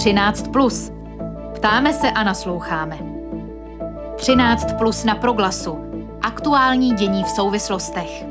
13+. Ptáme se a nasloucháme. 13+ na Proglasu. Aktuální dění v souvislostech.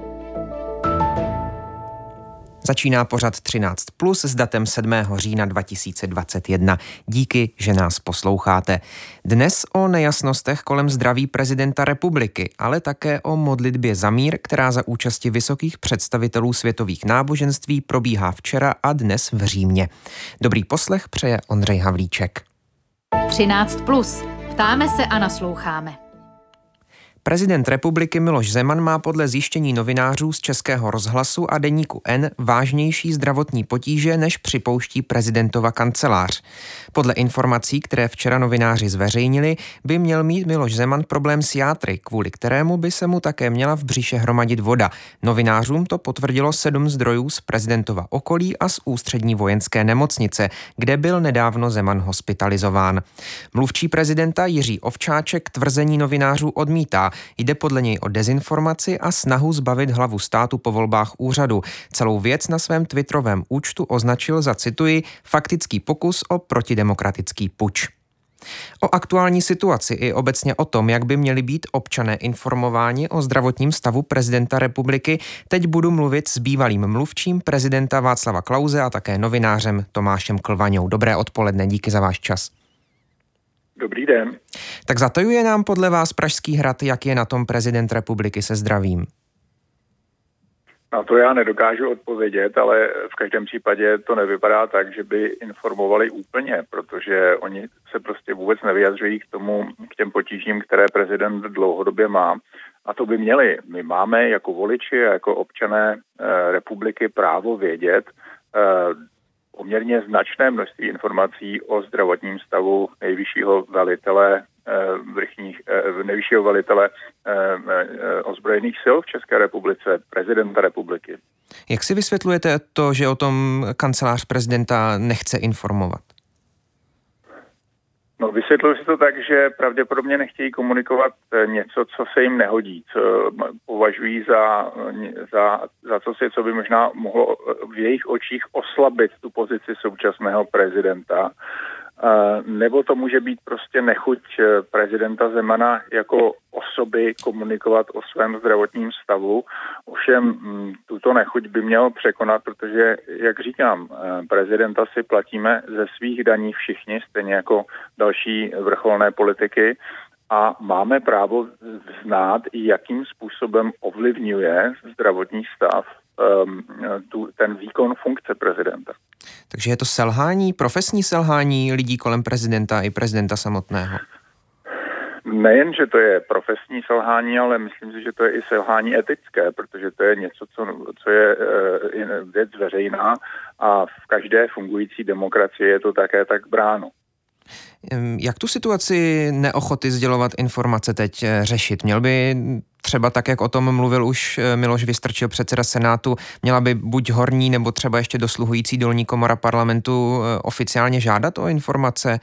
Začíná pořad 13+ s datem 7. října 2021. Díky, že nás posloucháte. Dnes o nejasnostech kolem zdraví prezidenta republiky, ale také o modlitbě za mír, která za účasti vysokých představitelů světových náboženství probíhá včera a dnes v Římě. Dobrý poslech přeje Ondřej Havlíček. 13+. Ptáme se a nasloucháme. Prezident republiky Miloš Zeman má podle zjištění novinářů z Českého rozhlasu a deníku N vážnější zdravotní potíže, než připouští prezidentova kancelář. Podle informací, které včera novináři zveřejnili, by měl mít Miloš Zeman problém s játry, kvůli kterému by se mu také měla v břiše hromadit voda. Novinářům to potvrdilo 7 zdrojů z prezidentova okolí a z ústřední vojenské nemocnice, kde byl nedávno Zeman hospitalizován. Mluvčí prezidenta Jiří Ovčáček tvrzení novinářů odmítá. Jde podle něj o dezinformaci a snahu zbavit hlavu státu po volbách úřadu. Celou věc na svém twitterovém účtu označil za, cituji, faktický pokus o protidemokratický puč. O aktuální situaci i obecně o tom, jak by měli být občané informováni o zdravotním stavu prezidenta republiky, teď budu mluvit s bývalým mluvčím prezidenta Václava Klause a také novinářem Tomášem Klvaňou. Dobré odpoledne, díky za váš čas. Dobrý den. Tak zatajuje nám podle vás Pražský hrad, jak je na tom prezident republiky se zdravím? Na to já nedokážu odpovědět, ale v každém případě to nevypadá tak, že by informovali úplně, protože oni se prostě vůbec nevyjadřují k těm potížím, které prezident dlouhodobě má. A to by měli. My máme jako voliči a jako občané republiky právo vědět poměrně značné množství informací o zdravotním stavu nejvyššího velitele ozbrojených sil v České republice, prezidenta republiky. Jak si vysvětlujete to, že o tom kancelář prezidenta nechce informovat? No, vysvětluji si to tak, že pravděpodobně nechtějí komunikovat něco, co se jim nehodí, co považují za co by možná mohlo v jejich očích oslabit tu pozici současného prezidenta. Nebo to může být prostě nechuť prezidenta Zemana jako osoby komunikovat o svém zdravotním stavu. Ovšem tuto nechuť by měl překonat, protože, jak říkám, prezidenta si platíme ze svých daní všichni, stejně jako další vrcholné politiky, a máme právo znát, jakým způsobem ovlivňuje zdravotní stav ten výkon funkce prezidenta. Takže je to selhání, profesní selhání lidí kolem prezidenta i prezidenta samotného? Nejen, že to je profesní selhání, ale myslím si, že to je i selhání etické, protože to je něco, co je věc veřejná a v každé fungující demokracii je to také tak bráno. Jak tu situaci neochoty sdělovat informace teď řešit? Měl by třeba tak, jak o tom mluvil už Miloš Vystrčil, předseda Senátu, měla by buď horní nebo třeba ještě dosluhující dolní komora parlamentu oficiálně žádat o informace?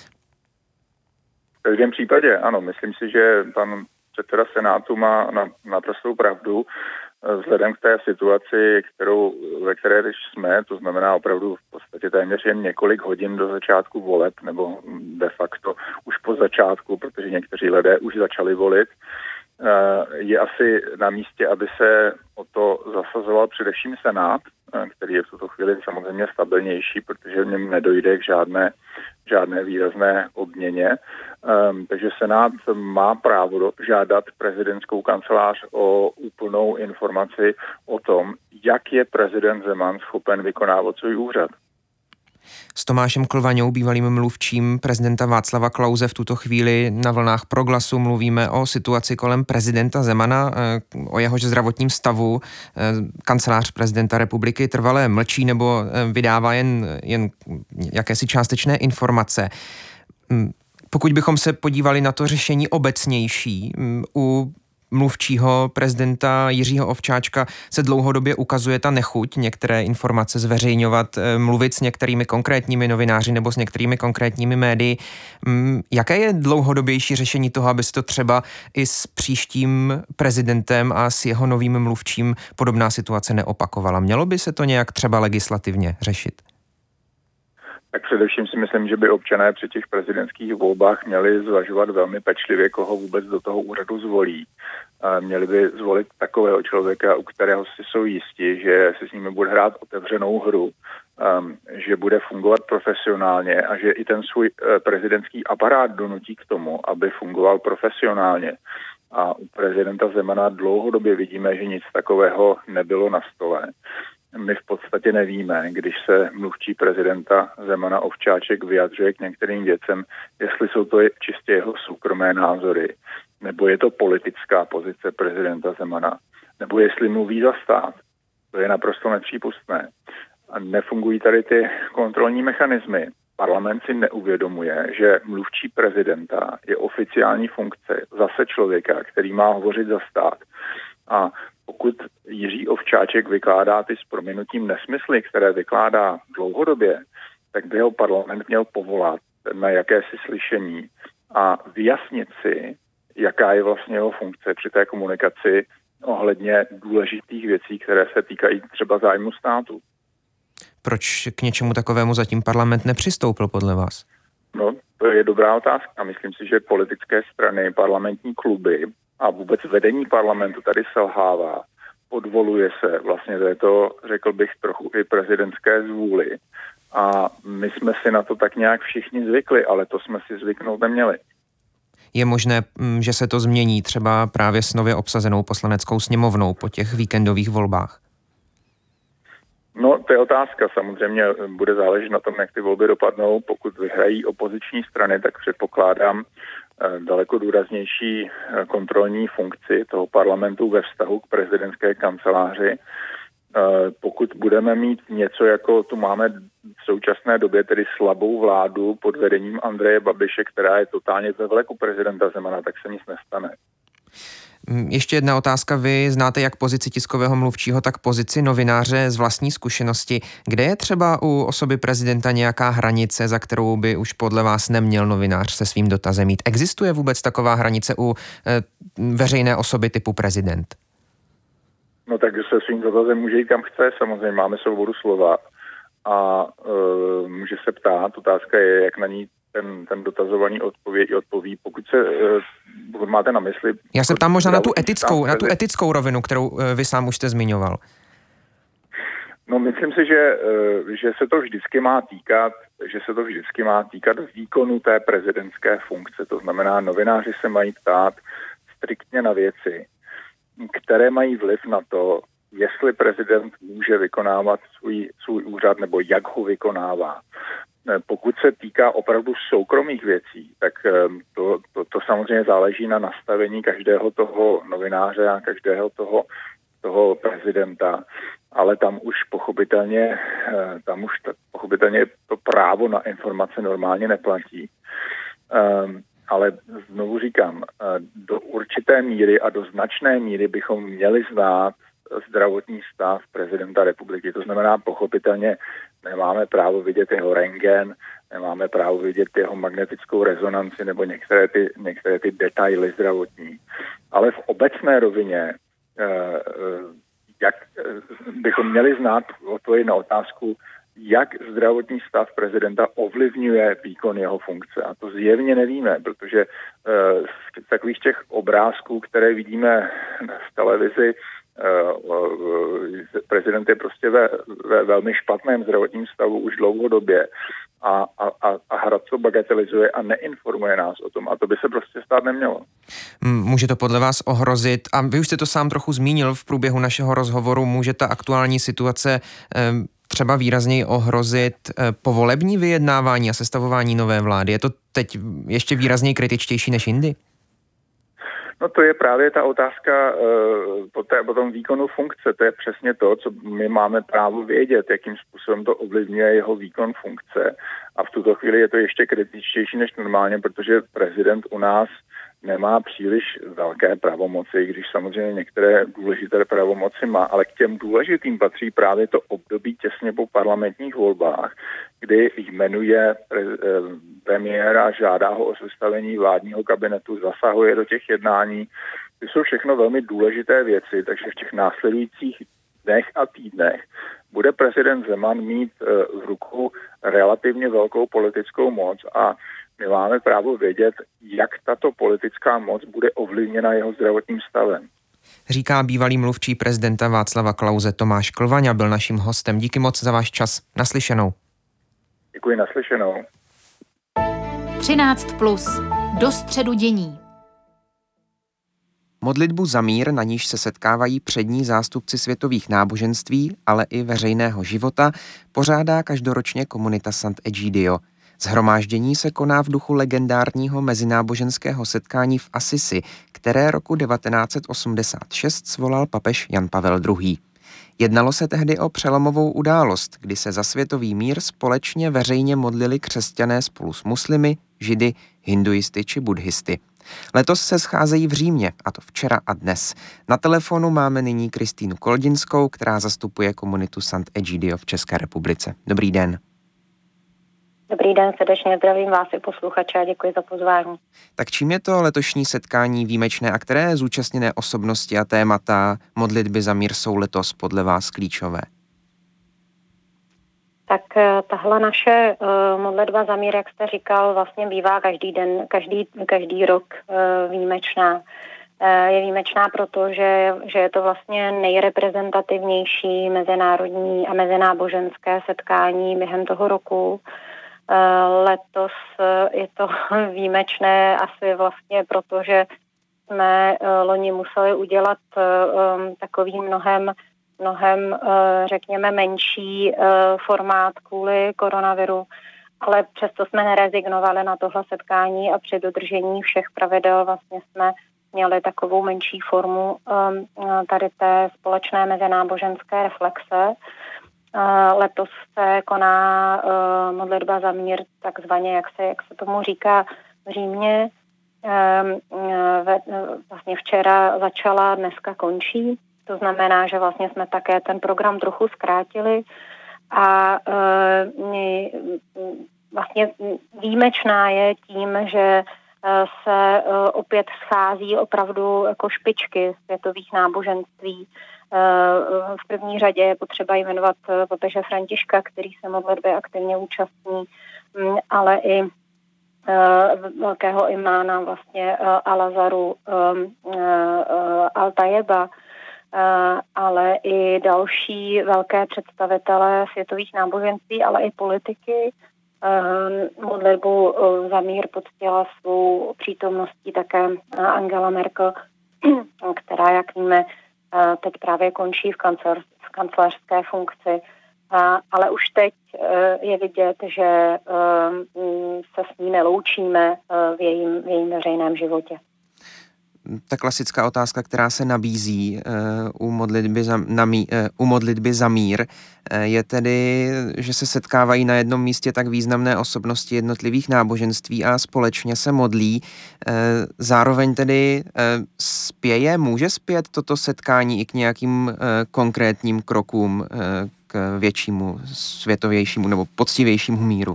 V každém případě, ano. Myslím si, že pan předseda Senátu má naprostou pravdu. Vzhledem k té situaci, ve které teď jsme, to znamená opravdu v podstatě téměř jen několik hodin do začátku voleb, nebo de facto už po začátku, protože někteří lidé už začali volit, je asi na místě, aby se o to zasazoval především Senát, který je v tuto chvíli samozřejmě stabilnější, protože v něm nedojde k žádné výrazné obměně. Takže Senát má právo žádat prezidentskou kancelář o úplnou informaci o tom, jak je prezident Zeman schopen vykonávat svůj úřad. S Tomášem Klvaňou, bývalým mluvčím prezidenta Václava Klause, v tuto chvíli na vlnách Proglasu mluvíme o situaci kolem prezidenta Zemana, o jehož zdravotním stavu. Kancelář prezidenta republiky trvale mlčí nebo vydává jen jakési částečné informace. Pokud bychom se podívali na to řešení obecnější, u mluvčího prezidenta Jiřího Ovčáčka se dlouhodobě ukazuje ta nechuť některé informace zveřejňovat, mluvit s některými konkrétními novináři nebo s některými konkrétními médii. Jaké je dlouhodobější řešení toho, aby se to třeba i s příštím prezidentem a s jeho novým mluvčím podobná situace neopakovala? Mělo by se to nějak třeba legislativně řešit? Tak především si myslím, že by občané při těch prezidentských volbách měli zvažovat velmi pečlivě, koho vůbec do toho úřadu zvolí. Měli by zvolit takového člověka, u kterého si jsou jistí, že se s nimi bude hrát otevřenou hru, že bude fungovat profesionálně a že i ten svůj prezidentský aparát donutí k tomu, aby fungoval profesionálně. A u prezidenta Zemana dlouhodobě vidíme, že nic takového nebylo na stole. My v podstatě nevíme, když se mluvčí prezidenta Zemana Ovčáček vyjadřuje k některým věcem, jestli jsou to čistě jeho soukromé názory, nebo je to politická pozice prezidenta Zemana, nebo jestli mluví za stát. To je naprosto nepřípustné. A nefungují tady ty kontrolní mechanismy. Parlament si neuvědomuje, že mluvčí prezidenta je oficiální funkce zase člověka, který má hovořit za stát. A pokud Jiří Ovčáček vykládá ty s prominutím nesmysly, které vykládá dlouhodobě, tak by ho parlament měl povolat na jakési slyšení a vyjasnit si, jaká je vlastně jeho funkce při té komunikaci ohledně důležitých věcí, které se týkají třeba zájmu státu. Proč k něčemu takovému zatím parlament nepřistoupil podle vás? No, to je dobrá otázka. Myslím si, že politické strany, parlamentní kluby a vůbec vedení parlamentu tady selhává. Podvoluje se vlastně této, řekl bych, trochu i prezidentské zvůli. A my jsme si na to tak nějak všichni zvykli, ale to jsme si zvyknout neměli. Je možné, že se to změní třeba právě s nově obsazenou poslaneckou sněmovnou po těch víkendových volbách? No, to je otázka. Samozřejmě bude záležet na tom, jak ty volby dopadnou. Pokud vyhrají opoziční strany, tak předpokládám daleko důraznější kontrolní funkci toho parlamentu ve vztahu k prezidentské kanceláři. Pokud budeme mít něco, jako tu máme v současné době, tedy slabou vládu pod vedením Andreje Babiše, která je totálně ve vleku prezidenta Zemana, tak se nic nestane. Ještě jedna otázka. Vy znáte jak pozici tiskového mluvčího, tak pozici novináře z vlastní zkušenosti. Kde je třeba u osoby prezidenta nějaká hranice, za kterou by už podle vás neměl novinář se svým dotazem mít? Existuje vůbec taková hranice u veřejné osoby typu prezident? No tak se svým dotazem může jít kam chce, samozřejmě máme svobodu slova a může se ptát. Otázka je, jak na ní ten dotazovaný odpoví. Pokud máte na mysli... Já se ptám možná na tu etickou rovinu, kterou vy sám už jste zmiňoval. No, myslím si, že se to vždycky má týkat výkonu té prezidentské funkce. To znamená, novináři se mají ptát striktně na věci, které mají vliv na to, jestli prezident může vykonávat svůj úřad nebo jak ho vykonává. Pokud se týká opravdu soukromých věcí, tak to samozřejmě záleží na nastavení každého toho novináře a každého toho prezidenta, ale tam už pochopitelně to právo na informace normálně neplatí. Ale znovu říkám, do určité míry a do značné míry bychom měli znát zdravotní stav prezidenta republiky. To znamená, pochopitelně nemáme právo vidět jeho rentgen, nemáme právo vidět jeho magnetickou rezonanci nebo některé ty detaily zdravotní. Ale v obecné rovině, jak bychom měli znát odpověď na otázku, jak zdravotní stav prezidenta ovlivňuje výkon jeho funkce. A to zjevně nevíme, protože z takových těch obrázků, které vidíme v televizi, prezident je prostě ve velmi špatném zdravotním stavu už dlouhodobě a hrad to bagatelizuje a neinformuje nás o tom. A to by se prostě stát nemělo. Může to podle vás ohrozit, a vy už jste to sám trochu zmínil v průběhu našeho rozhovoru, může ta aktuální situace třeba výrazněji ohrozit povolební vyjednávání a sestavování nové vlády? Je to teď ještě výrazněji kritičtější než jindy? No to je právě ta otázka po tom výkonu funkce. To je přesně to, co my máme právo vědět, jakým způsobem to ovlivňuje jeho výkon funkce. A v tuto chvíli je to ještě kritičtější než normálně, protože prezident u nás nemá příliš velké pravomoci, když samozřejmě některé důležité pravomoci má, ale k těm důležitým patří právě to období těsně po parlamentních volbách, kdy jmenuje premiéra, žádá ho o sestavení vládního kabinetu, zasahuje do těch jednání. To jsou všechno velmi důležité věci, takže v těch následujících dnech a týdnech bude prezident Zeman mít v rukou relativně velkou politickou moc a my máme právo vědět, jak tato politická moc bude ovlivněna jeho zdravotním stavem. Říká bývalý mluvčí prezidenta Václava Klause Tomáš Klvaňa, byl naším hostem. Díky moc za váš čas. Naslyšenou. Děkuji, naslyšenou. 13+. Do středu dění. Modlitbu za mír, na níž se setkávají přední zástupci světových náboženství, ale i veřejného života, pořádá každoročně komunita Sant'Egidio. Shromáždění se koná v duchu legendárního mezináboženského setkání v Assisi, které roku 1986 svolal papež Jan Pavel II. Jednalo se tehdy o přelomovou událost, kdy se za světový mír společně veřejně modlili křesťané spolu s muslimy, židy, hinduisty či buddhisty. Letos se scházejí v Římě, a to včera a dnes. Na telefonu máme nyní Kristýnu Koldinskou, která zastupuje komunitu Sant'Egidio v České republice. Dobrý den. Dobrý den, srdečně zdravím vás i posluchače a děkuji za pozvání. Tak čím je to letošní setkání výjimečné a které zúčastněné osobnosti a témata modlitby za mír jsou letos podle vás klíčové? Tak tahle naše modlitba za mír, jak jste říkal, vlastně bývá každý den, každý rok výjimečná. Je výjimečná proto, že je to vlastně nejreprezentativnější mezinárodní a mezináboženské setkání během toho roku. Letos je to výjimečné asi vlastně proto, že jsme loni museli udělat takový mnohem, řekněme, menší formát kvůli koronaviru, ale přesto jsme nerezignovali na tohle setkání a při dodržení všech pravidel vlastně jsme měli takovou menší formu tady té společné mezináboženské reflexe. Letos se koná modlitba za mír, takzvaně, jak se tomu říká v Římě. Vlastně včera začala, dneska končí. To znamená, že vlastně jsme také ten program trochu zkrátili a vlastně výjimečná je tím, že se opět schází opravdu jako špičky světových náboženství. V první řadě je potřeba jmenovat papeže Františka, který se modlitby aktivně účastní, ale i velkého imána vlastně Al-Azaru Al-Tajeba, ale i další velké představitelé světových náboženství, ale i politiky. Modlitbu za mír poctila svou přítomností také Angela Merkel, která, jak víme, teď právě končí v kancléřské funkci. Ale už teď je vidět, že se s ní neloučíme v jejím veřejném životě. Ta klasická otázka, která se nabízí u modlitby za mír, je tedy, že se setkávají na jednom místě tak významné osobnosti jednotlivých náboženství a společně se modlí. Zároveň tedy může spět toto setkání i k nějakým konkrétním krokům k většímu, světovějšímu nebo poctivějšímu míru?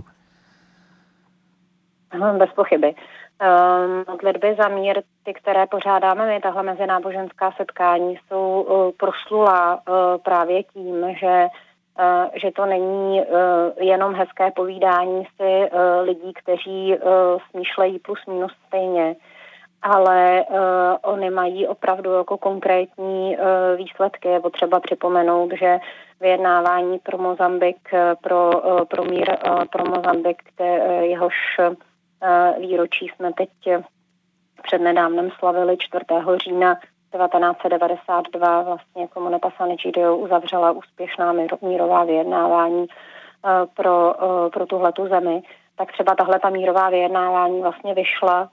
Bez pochyby. Modlitby za mír, ty, které pořádáme my, tahle mezináboženská setkání, jsou proslulá právě tím, že to není jenom hezké povídání si lidí, kteří smýšlejí plus minus stejně, ale oni mají opravdu jako konkrétní výsledky. Je potřeba připomenout, že vyjednávání pro Mozambik, pro mír pro Mozambik, jehož výročí jsme teď přednedávnem slavili 4. října 1992. Vlastně komunita Sant'Egidio uzavřela úspěšná mírová vyjednávání pro tuhletu zemi. Tak třeba tahleta mírová vyjednávání vlastně vyšla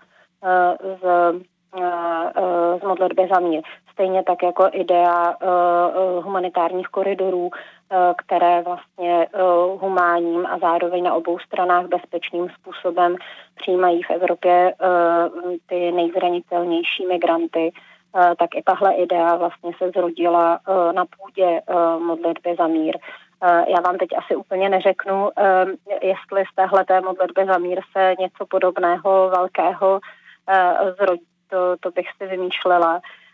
z modlitby za mír. Stejně tak jako idea humanitárních koridorů, které vlastně humánním a zároveň na obou stranách bezpečným způsobem přijímají v Evropě ty nejzranitelnější migranty, tak i tahle idea vlastně se zrodila na půdě modlitby za mír. Já vám teď asi úplně neřeknu, jestli z téhleté modlitby za mír se něco podobného velkého zrodí, to bych si vymýšlela,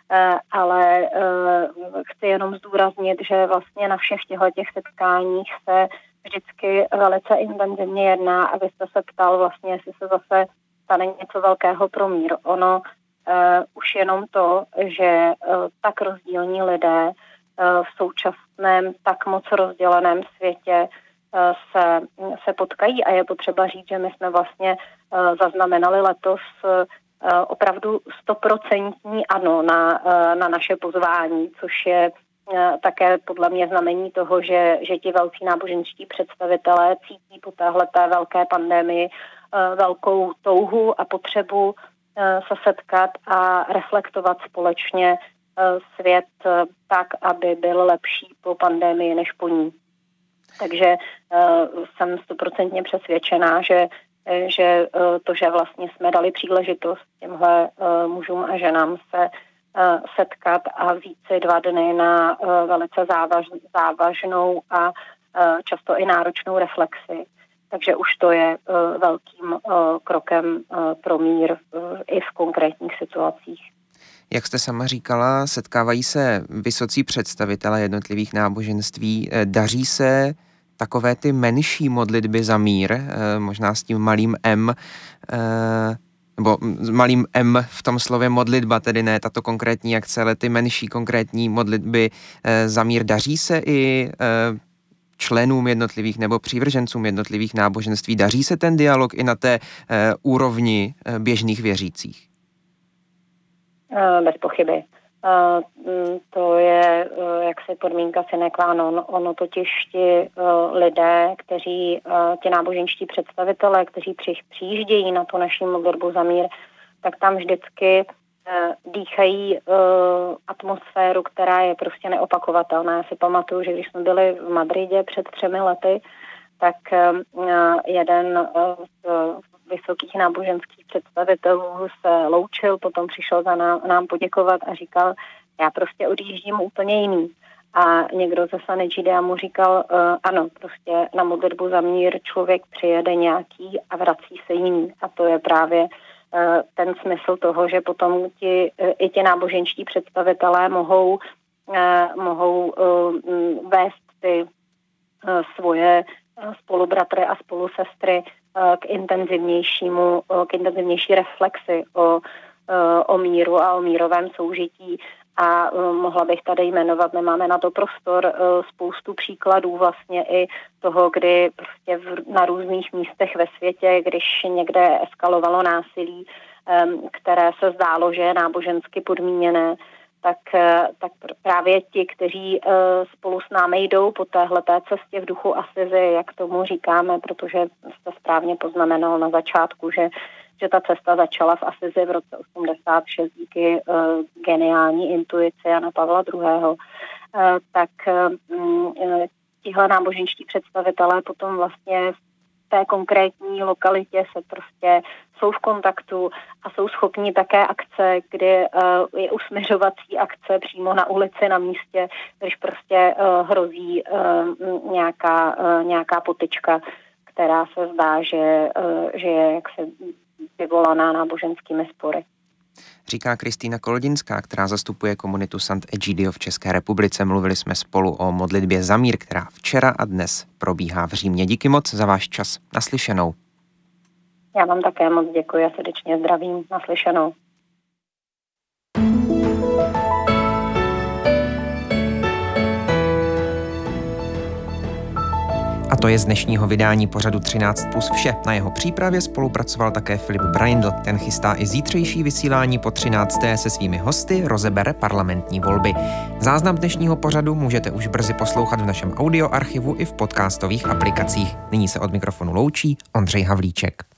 ale chci jenom zdůraznit, že vlastně na všech těch setkáních se vždycky velice intenzivně jedná a vy jste se ptal vlastně, jestli se zase stane něco velkého pro mír. Ono už jenom to, že tak rozdílní lidé v současném tak moc rozděleném světě se potkají a je potřeba říct, že my jsme vlastně zaznamenali letos opravdu 100% ano na naše pozvání, což je také podle mě znamení toho, že ti velcí náboženští představitelé cítí po téhleté velké pandemii velkou touhu a potřebu se setkat a reflektovat společně svět tak, aby byl lepší po pandemii než po ní. Takže jsem 100% přesvědčená, že to, že vlastně jsme dali příležitost těmhle mužům a ženám se setkat a vzít si 2 dny na velice závažnou a často i náročnou reflexi. Takže už to je velkým krokem pro mír i v konkrétních situacích. Jak jste sama říkala, setkávají se vysocí představitelé jednotlivých náboženství. Daří se takové ty menší modlitby za mír, možná s tím malým M, nebo malým M v tom slově modlitba, tedy ne tato konkrétní akce, ale ty menší konkrétní modlitby za mír. Daří se i členům jednotlivých nebo přívržencům jednotlivých náboženství? Daří se ten dialog i na té úrovni běžných věřících? Bez pochyby. To je jaksi podmínka sine qua non. Ono totiž ti lidé, ti náboženští představitelé, kteří přijíždějí na tu naši modlitbu za mír, tak tam vždycky dýchají atmosféru, která je prostě neopakovatelná. Já si pamatuju, že když jsme byli v Madridě před 3 lety, tak jeden z vysokých náboženských představitelů se loučil, potom přišel za nám poděkovat a říkal, já prostě odjíždím úplně jiný. A někdo ze Sanedžidea mu říkal, ano, prostě na modlitbu za mír člověk přijede nějaký a vrací se jiný. A to je právě ten smysl toho, že potom i ti náboženští představitelé mohou vést ty svoje spolubratry a spolusestry k intenzivnější reflexi o míru a o mírovém soužití. A mohla bych tady jmenovat, nemáme na to prostor, spoustu příkladů vlastně i toho, kdy prostě na různých místech ve světě, když někde eskalovalo násilí, které se zdálo, že je nábožensky podmíněné, tak právě ti, kteří spolu s námi jdou po téhleté cestě v duchu Asizi, jak tomu říkáme, protože jste správně poznamenal na začátku, že ta cesta začala v Asizi v roce 86 díky geniální intuici Jana Pavla II. Tak tihle náboženští představitelé potom vlastně v té konkrétní lokalitě se prostě jsou v kontaktu a jsou schopni také akce, kdy je usměřovací akce přímo na ulici, na místě, když prostě hrozí nějaká potyčka, která se zdá, že je jaksi vyvolaná náboženskými spory. Říká Kristýna Kolodinská, která zastupuje komunitu Sant'Egidio v České republice. Mluvili jsme spolu o modlitbě za mír, která včera a dnes probíhá v Římě. Díky moc za váš čas. Naslyšenou. Já vám také moc děkuji a srdečně zdravím. Naslyšenou. A to je z dnešního vydání pořadu 13+ vše. Na jeho přípravě spolupracoval také Filip Braindl. Ten chystá i zítřejší vysílání po 13. se svými hosty, rozebere parlamentní volby. Záznam dnešního pořadu můžete už brzy poslouchat v našem audioarchivu i v podcastových aplikacích. Nyní se od mikrofonu loučí Ondřej Havlíček.